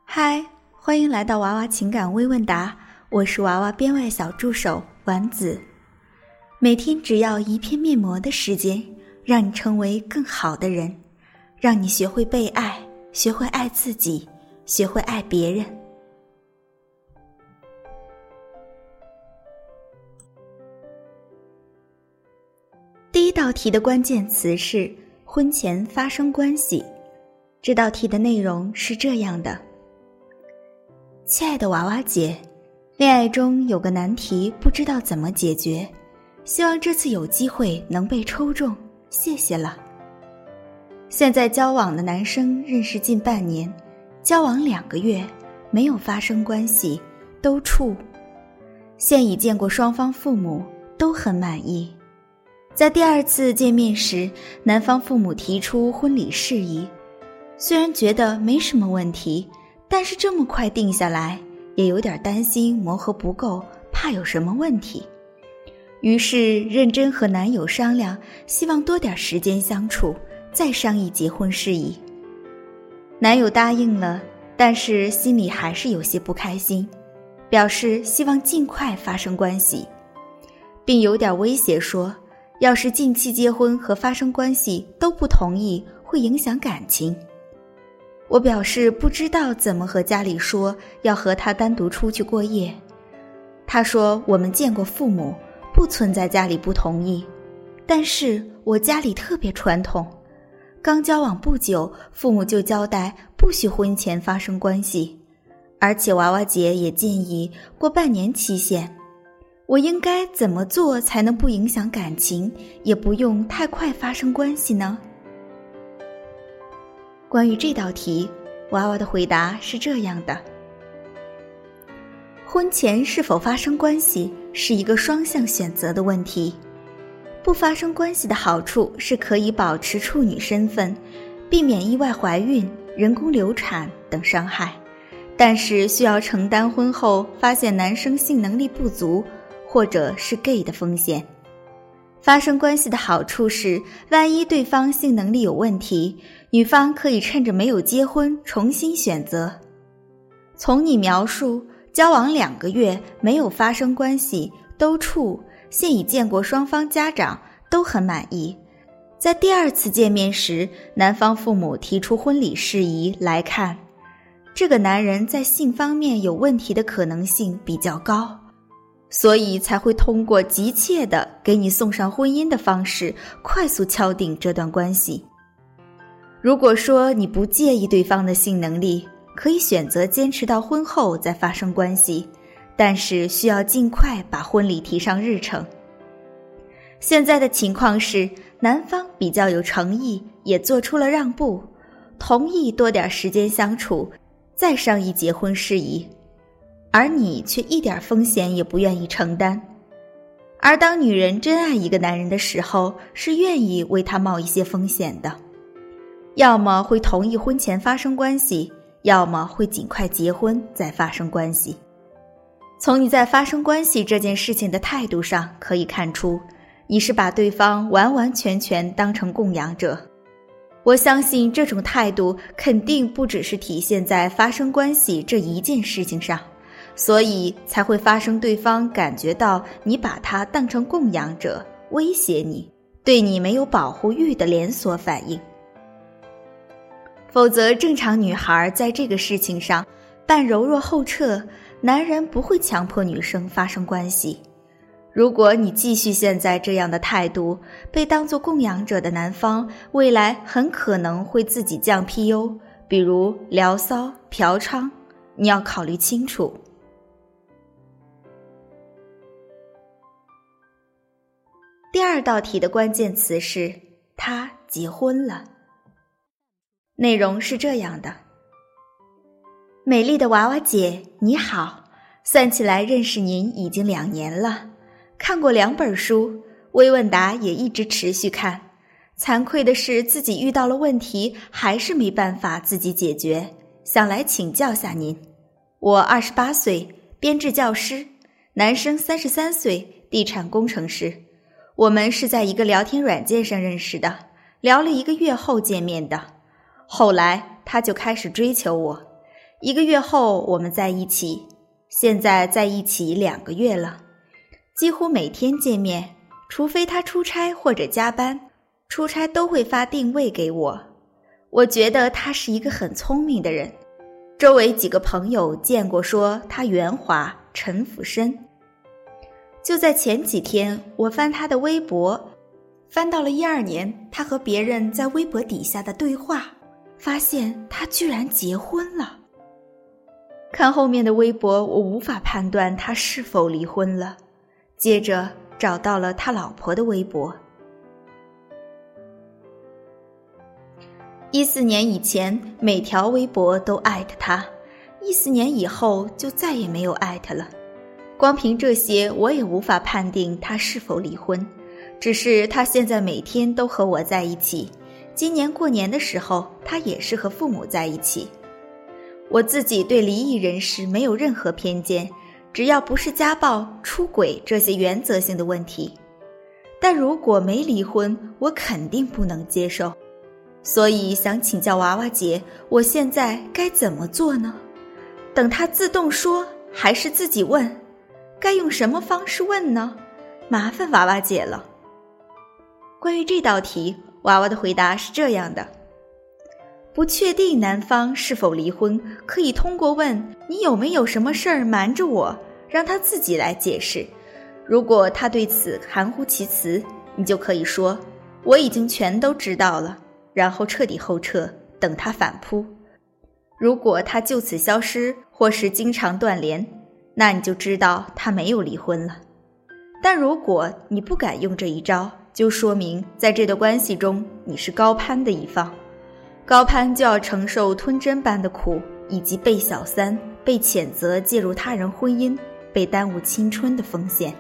嗨，欢迎来到娃娃情感微问答，我是娃娃编外小助手丸子。每天只要一片面膜的时间，让你成为更好的人，让你学会被爱，学会爱自己，学会爱别人。第一道题的关键词是婚前发生关系。这道题的内容是这样的：亲爱的娃娃姐，恋爱中有个难题不知道怎么解决，希望这次有机会能被抽中，谢谢了。现在交往的男生认识近半年，交往2个月，没有发生关系，都处。现已见过双方父母，都很满意。在第2次见面时，男方父母提出婚礼事宜，虽然觉得没什么问题，但是这么快定下来，也有点担心磨合不够，怕有什么问题。于是认真和男友商量，希望多点时间相处，再商议结婚事宜。男友答应了，但是心里还是有些不开心，表示希望尽快发生关系，并有点威胁说，要是近期结婚和发生关系都不同意，会影响感情。我表示不知道怎么和家里说要和他单独出去过夜。他说我们见过父母，不存在家里不同意，但是我家里特别传统，刚交往不久，父母就交代不许婚前发生关系，而且娃娃姐也建议过半年期限。我应该怎么做才能不影响感情，也不用太快发生关系呢？关于这道题，娃娃的回答是这样的：婚前是否发生关系是一个双向选择的问题。不发生关系的好处是可以保持处女身份，避免意外怀孕、人工流产等伤害，但是需要承担婚后发现男生性能力不足或者是 gay 的风险。发生关系的好处是，万一对方性能力有问题，女方可以趁着没有结婚重新选择。从你描述交往2个月没有发生关系，都处，现已见过双方家长，都很满意。在第2次见面时，男方父母提出婚礼事宜来看，这个男人在性方面有问题的可能性比较高，所以才会通过急切的给你送上婚姻的方式，快速敲定这段关系。如果说你不介意对方的性能力，可以选择坚持到婚后再发生关系，但是需要尽快把婚礼提上日程。现在的情况是，男方比较有诚意，也做出了让步，同意多点时间相处，再商议结婚事宜，而你却一点风险也不愿意承担。而当女人真爱一个男人的时候，是愿意为他冒一些风险的，要么会同意婚前发生关系，要么会尽快结婚再发生关系。从你在发生关系这件事情的态度上可以看出，你是把对方完完全全当成供养者。我相信这种态度肯定不只是体现在发生关系这一件事情上，所以才会发生对方感觉到你把他当成供养者，威胁你，对你没有保护欲的连锁反应。否则正常女孩在这个事情上半柔弱后撤，男人不会强迫女生发生关系。如果你继续现在这样的态度，被当作供养者的男方未来很可能会自己降 PU， 比如聊骚、嫖娼，你要考虑清楚。第2道题的关键词是他结婚了。内容是这样的：美丽的娃娃姐你好，算起来认识您已经2年了，看过2本书，微问答也一直持续看。惭愧的是自己遇到了问题，还是没办法自己解决，想来请教下您。我28岁，编制教师，男生33岁，地产工程师。我们是在一个聊天软件上认识的，聊了1个月后见面的。后来他就开始追求我， 1个月后我们在一起，现在在一起2个月了，几乎每天见面，除非他出差或者加班，出差都会发定位给我。我觉得他是一个很聪明的人，周围几个朋友见过说他圆滑城府深。就在前几天，我翻他的微博，翻到了12年他和别人在微博底下的对话，发现他居然结婚了。看后面的微博，我无法判断他是否离婚了。接着找到了他老婆的微博。14年以前每条微博都艾特他，14年以后就再也没有艾特了。光凭这些我也无法判定他是否离婚，只是他现在每天都和我在一起，今年过年的时候他也是和父母在一起。我自己对离异人士没有任何偏见，只要不是家暴、出轨这些原则性的问题。但如果没离婚，我肯定不能接受。所以想请教娃娃姐，我现在该怎么做呢？等他自动说，还是自己问？该用什么方式问呢？麻烦娃娃姐了。关于这道题，娃娃的回答是这样的：不确定男方是否离婚，可以通过问你有没有什么事儿瞒着我，让他自己来解释。如果他对此含糊其辞，你就可以说我已经全都知道了，然后彻底后撤，等他反扑。如果他就此消失，或是经常断联，那你就知道他没有离婚了。但如果你不敢用这一招，就说明在这段关系中你是高攀的一方，高攀就要承受吞针般的苦，以及被小三、被谴责介入他人婚姻、被耽误青春的风险。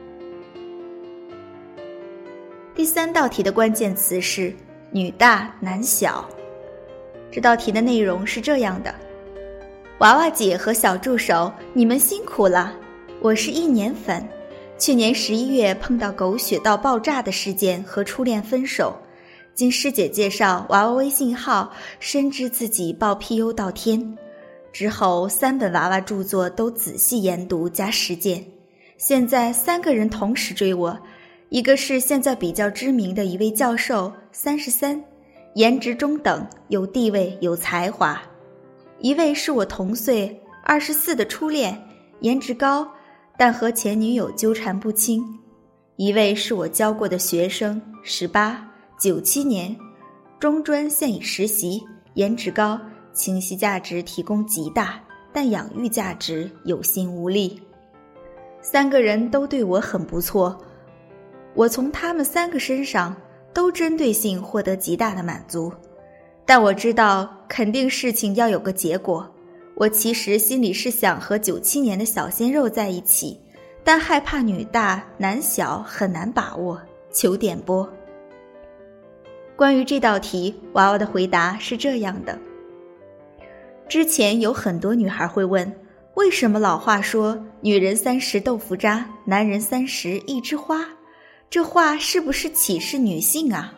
第3道题的关键词是女大男小。这道题的内容是这样的：娃娃姐和小助手，你们辛苦了，我是1年粉，去年11月碰到狗血到爆炸的事件和初恋分手，经师姐介绍娃娃微信号，深知自己报 PU 到天，之后3本娃娃著作都仔细研读加实践。现在3个人同时追我，一个是现在比较知名的一位教授，33，颜值中等，有地位有才华；一位是我同岁24的初恋，颜值高，但和前女友纠缠不清；一位是我教过的学生，18， 97年，中专现已实习，颜值高，情绪价值提供极大，但养育价值有心无力。3个人都对我很不错，我从他们3个身上都针对性获得极大的满足，但我知道肯定事情要有个结果。我其实心里是想和97年的小鲜肉在一起，但害怕女大男小很难把握，求点拨。关于这道题，娃娃的回答是这样的：之前有很多女孩会问，为什么老话说女人30豆腐渣，男人30一枝花？这话是不是歧视女性啊？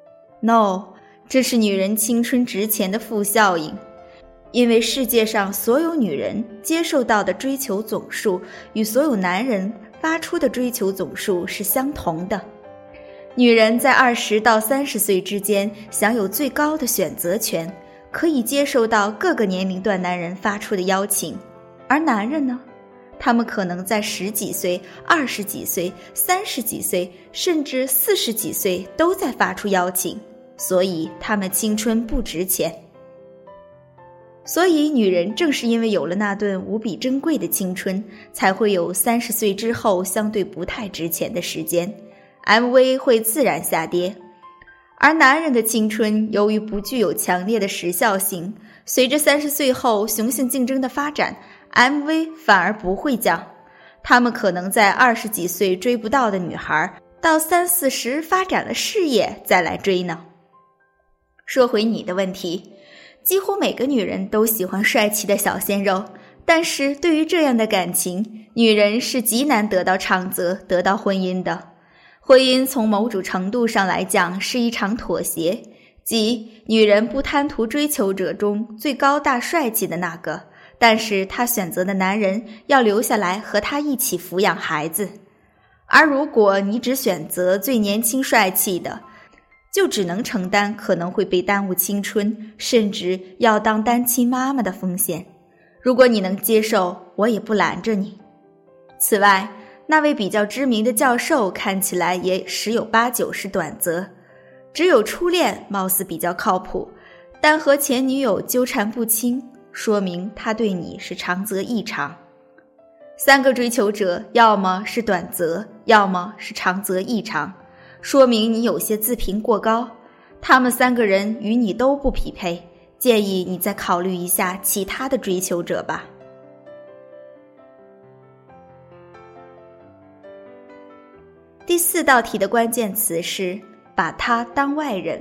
No， 这是女人青春值钱的负效应。因为世界上所有女人接受到的追求总数与所有男人发出的追求总数是相同的。女人在20到30岁之间享有最高的选择权，可以接受到各个年龄段男人发出的邀请。而男人呢，他们可能在10几岁、20几岁、30几岁，甚至40几岁都在发出邀请，所以他们青春不值钱。所以女人正是因为有了那段无比珍贵的青春，才会有30岁之后相对不太值钱的时间， MV 会自然下跌。而男人的青春由于不具有强烈的时效性，随着30岁后雄性竞争的发展， MV 反而不会降。他们可能在20几岁追不到的女孩，到30、40发展了事业再来追呢。说回你的问题，几乎每个女人都喜欢帅气的小鲜肉，但是对于这样的感情，女人是极难得到长泽，得到婚姻的。婚姻从某种程度上来讲是一场妥协，即女人不贪图追求者中最高大帅气的那个， 但是他选择的男人要留下来和他一起抚养孩子。而如果你只选择最年轻帅气的，就只能承担可能会被耽误青春，甚至要当单亲妈妈的风险。如果你能接受，我也不拦着你。此外，那位比较知名的教授看起来也十有八九是短则，只有初恋貌似比较靠谱，但和前女友纠缠不清，说明他对你是长则异常。3个追求者，要么是短则，要么是长则异常，说明你有些自评过高，他们3个人与你都不匹配，建议你再考虑一下其他的追求者吧。第4道题的关键词是把他当外人。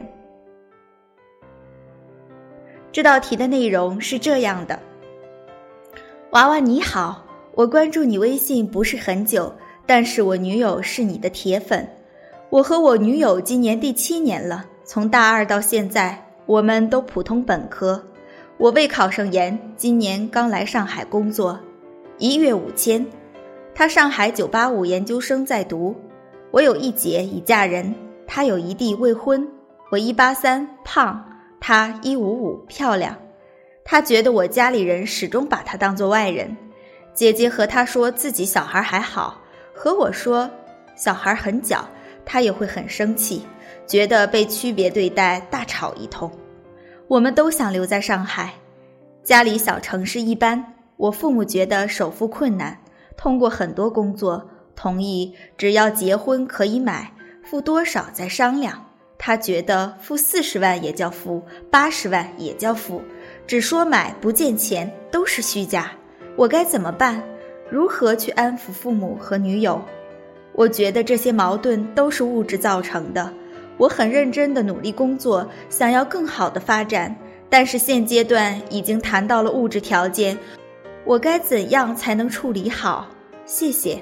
这道题的内容是这样的：娃娃你好，我关注你微信不是很久，但是我女友是你的铁粉。我和我女友今年第7年了，从大2到现在，我们都普通本科。我未考上研，今年刚来上海工作，1月5000。她上海985研究生在读。我有一姐已嫁人，她有一弟未婚。我183胖，她155漂亮。她觉得我家里人始终把她当作外人。姐姐和她说自己小孩还好，和我说小孩很小，她也会很生气，觉得被区别对待，大吵一通。我们都想留在上海，家里小城市一般，我父母觉得首付困难，通过很多工作，同意只要结婚可以买，付多少再商量。他觉得付40万也叫付，80万也叫付，只说买不见钱都是虚假。我该怎么办？如何去安抚父母和女友？我觉得这些矛盾都是物质造成的。我很认真地努力工作，想要更好的发展，但是现阶段已经谈到了物质条件，我该怎样才能处理好？谢谢。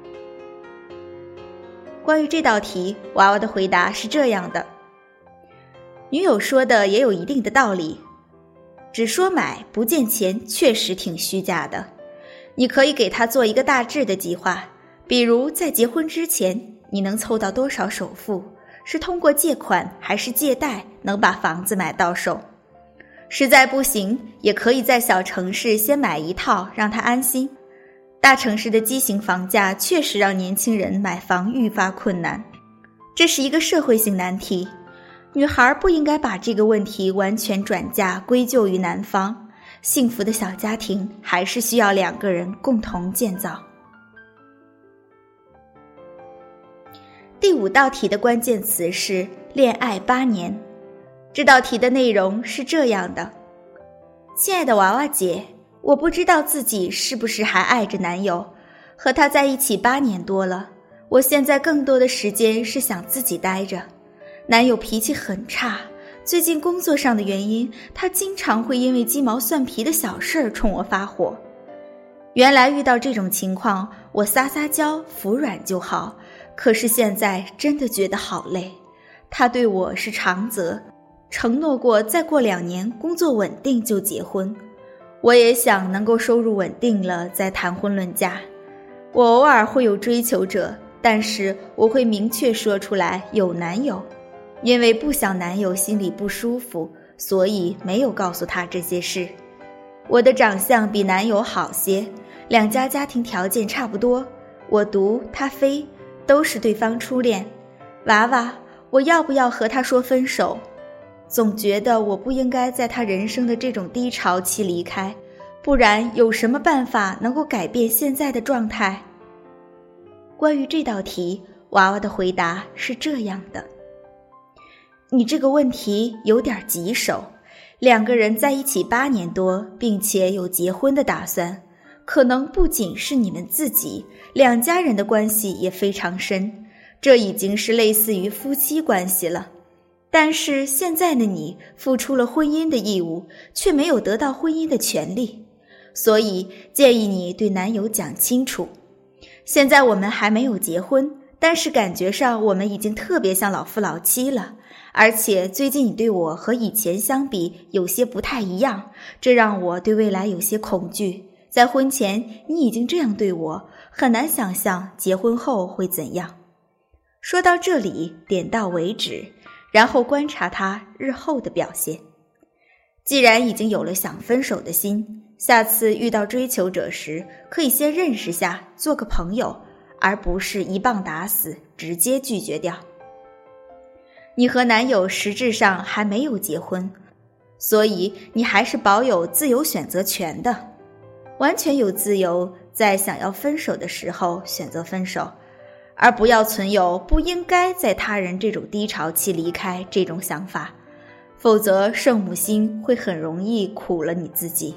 关于这道题，娃娃的回答是这样的：女友说的也有一定的道理，只说买不见钱确实挺虚假的。你可以给他做一个大致的计划，比如在结婚之前你能凑到多少首付，是通过借款还是借贷能把房子买到手。实在不行，也可以在小城市先买一套让他安心。大城市的畸形房价确实让年轻人买房愈发困难，这是一个社会性难题。女孩不应该把这个问题完全转嫁归咎于男方，幸福的小家庭还是需要2个人共同建造。第5道题的关键词是恋爱8年。这道题的内容是这样的：亲爱的娃娃姐，我不知道自己是不是还爱着男友，和他在一起8年多了，我现在更多的时间是想自己待着。男友脾气很差，最近工作上的原因，他经常会因为鸡毛蒜皮的小事冲我发火。原来遇到这种情况，我撒撒娇服软就好，可是现在真的觉得好累。他对我是长则，承诺过再过2年工作稳定就结婚。我也想能够收入稳定了再谈婚论嫁。我偶尔会有追求者，但是我会明确说出来有男友，因为不想男友心里不舒服，所以没有告诉他这些事。我的长相比男友好些，2家家庭条件差不多，我读他非，都是对方初恋。娃娃，我要不要和他说分手？总觉得我不应该在他人生的这种低潮期离开，不然有什么办法能够改变现在的状态？关于这道题，娃娃的回答是这样的：你这个问题有点棘手，2个人在一起8年多，并且有结婚的打算，可能不仅是你们自己，2家人的关系也非常深，这已经是类似于夫妻关系了。但是现在的你付出了婚姻的义务，却没有得到婚姻的权利，所以建议你对男友讲清楚。现在我们还没有结婚，但是感觉上我们已经特别像老夫老妻了， 而且最近你对我和以前相比有些不太一样，这让我对未来有些恐惧。在婚前你已经这样对我，很难想象结婚后会怎样。说到这里，点到为止，然后观察他日后的表现。既然已经有了想分手的心，下次遇到追求者时，可以先认识下，做个朋友，而不是一棒打死，直接拒绝掉。你和男友实质上还没有结婚，所以你还是保有自由选择权的，完全有自由在想要分手的时候选择分手，而不要存有不应该在他人这种低潮期离开这种想法，否则圣母心会很容易苦了你自己。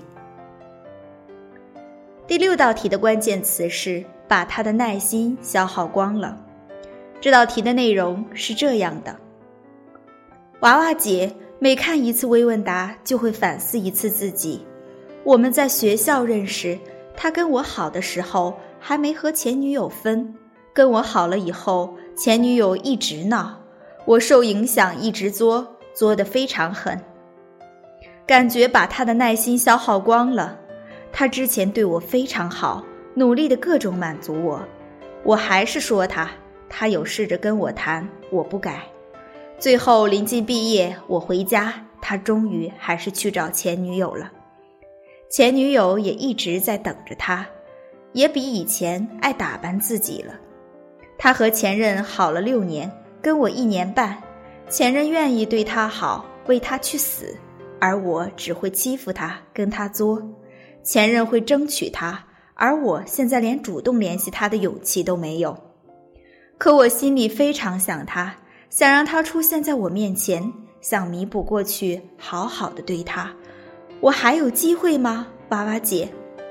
第6道题的关键词是把他的耐心消耗光了。这道题的内容是这样的：娃娃姐每看一次微问答就会反思一次自己。我们在学校认识，他跟我好的时候还没和前女友分，跟我好了以后，前女友一直闹，我受影响一直作得非常狠，感觉把他的耐心消耗光了。他之前对我非常好，努力的各种满足我，我还是说他有试着跟我谈，我不改。最后临近毕业，我回家，他终于还是去找前女友了。前女友也一直在等着他，也比以前爱打扮自己了。他和前任好了6年，跟我1年半，前任愿意对他好，为他去死，而我只会欺负他，跟他作。前任会争取他，而我现在连主动联系他的勇气都没有。可我心里非常想他，想让他出现在我面前，想弥补过去，好好的对他。我还有机会吗，娃娃姐？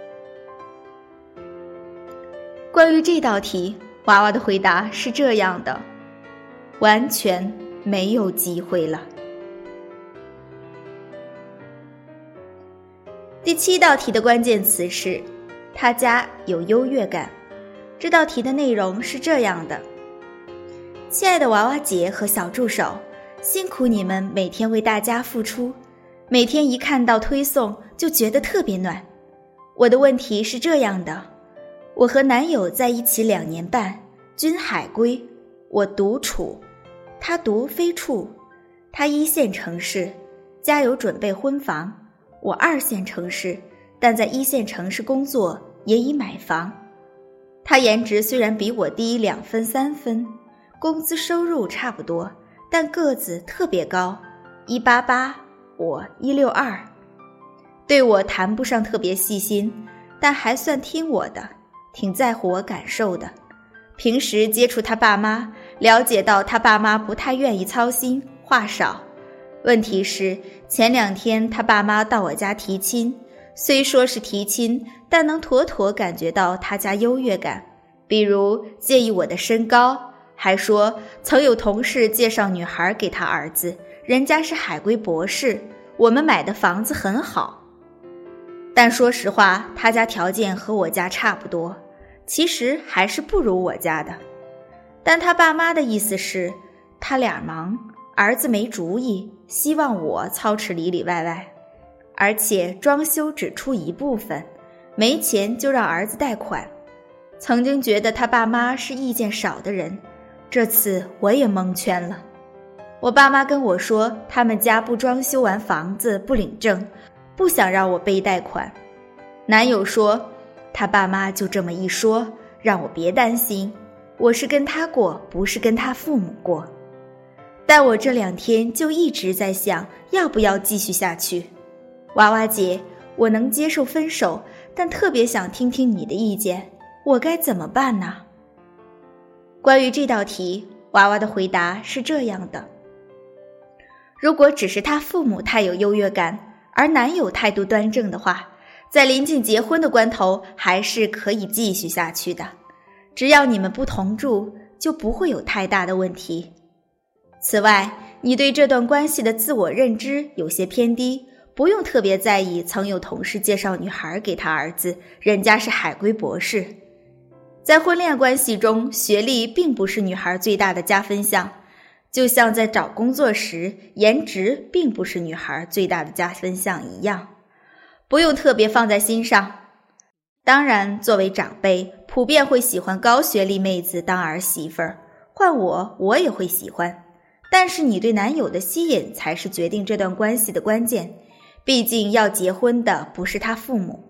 关于这道题，娃娃的回答是这样的：完全没有机会了。第7道题的关键词是他家有优越感。这道题的内容是这样的：亲爱的娃娃姐和小助手，辛苦你们每天为大家付出，每天一看到推送就觉得特别暖。我的问题是这样的：我和男友在一起2年半，均海归，我独处，他读非处，他1线城市，家有准备婚房，我2线城市，但在1线城市工作，也已买房。他颜值虽然比我低2分3分，工资收入差不多，但个子特别高，188，我162。对我谈不上特别细心，但还算听我的，挺在乎我感受的。平时接触他爸妈，了解到他爸妈不太愿意操心，话少。问题是前2天他爸妈到我家提亲，虽说是提亲，但能妥妥感觉到他家优越感，比如介意我的身高，还说曾有同事介绍女孩给他儿子，人家是海归博士，我们买的房子很好。但说实话，他家条件和我家差不多，其实还是不如我家的。但他爸妈的意思是，他俩忙，儿子没主意，希望我操持里里外外，而且装修只出一部分，没钱就让儿子贷款。曾经觉得他爸妈是意见少的人，这次我也蒙圈了。我爸妈跟我说，他们家不装修完房子不领证，不想让我背贷款。男友说，他爸妈就这么一说，让我别担心，我是跟他过，不是跟他父母过。但我这2天就一直在想，要不要继续下去。娃娃姐，我能接受分手，但特别想听听你的意见，我该怎么办呢？关于这道题，娃娃的回答是这样的：如果只是他父母太有优越感，而男友态度端正的话，在临近结婚的关头还是可以继续下去的，只要你们不同住，就不会有太大的问题。此外，你对这段关系的自我认知有些偏低，不用特别在意曾有同事介绍女孩给他儿子，人家是海归博士。在婚恋关系中，学历并不是女孩最大的加分项， 就像在找工作时，颜值并不是女孩最大的加分项一样，不用特别放在心上。当然，作为长辈，普遍会喜欢高学历妹子当儿媳妇儿，换我也会喜欢。但是你对男友的吸引才是决定这段关系的关键，毕竟要结婚的不是他父母。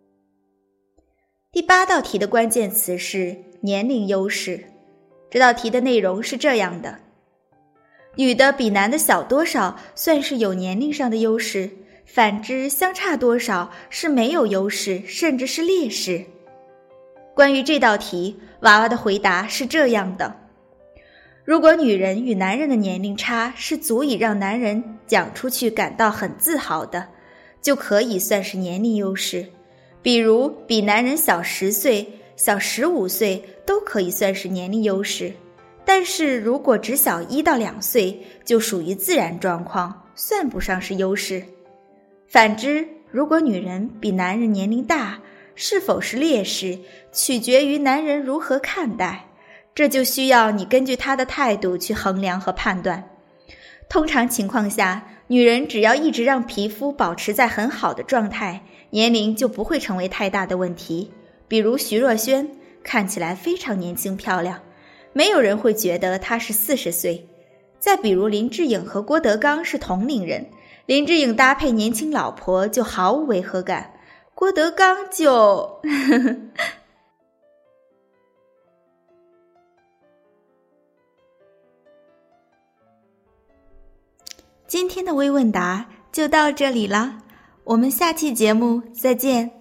第8道题的关键词是年龄优势。这道题的内容是这样的：女的比男的小多少算是有年龄上的优势，反之相差多少是没有优势，甚至是劣势。关于这道题，娃娃的回答是这样的：如果女人与男人的年龄差是足以让男人讲出去感到很自豪的，就可以算是年龄优势。比如比男人小10岁、小15岁都可以算是年龄优势，但是如果只小1到2岁，就属于自然状况，算不上是优势。反之，如果女人比男人年龄大，是否是劣势，取决于男人如何看待，这就需要你根据他的态度去衡量和判断。通常情况下，女人只要一直让皮肤保持在很好的状态，年龄就不会成为太大的问题。比如徐若瑄，看起来非常年轻漂亮，没有人会觉得她是40岁。再比如林志颖和郭德纲是同龄人，林志颖搭配年轻老婆就毫无违和感，郭德纲就今天的微问答就到这里了，我们下期节目再见。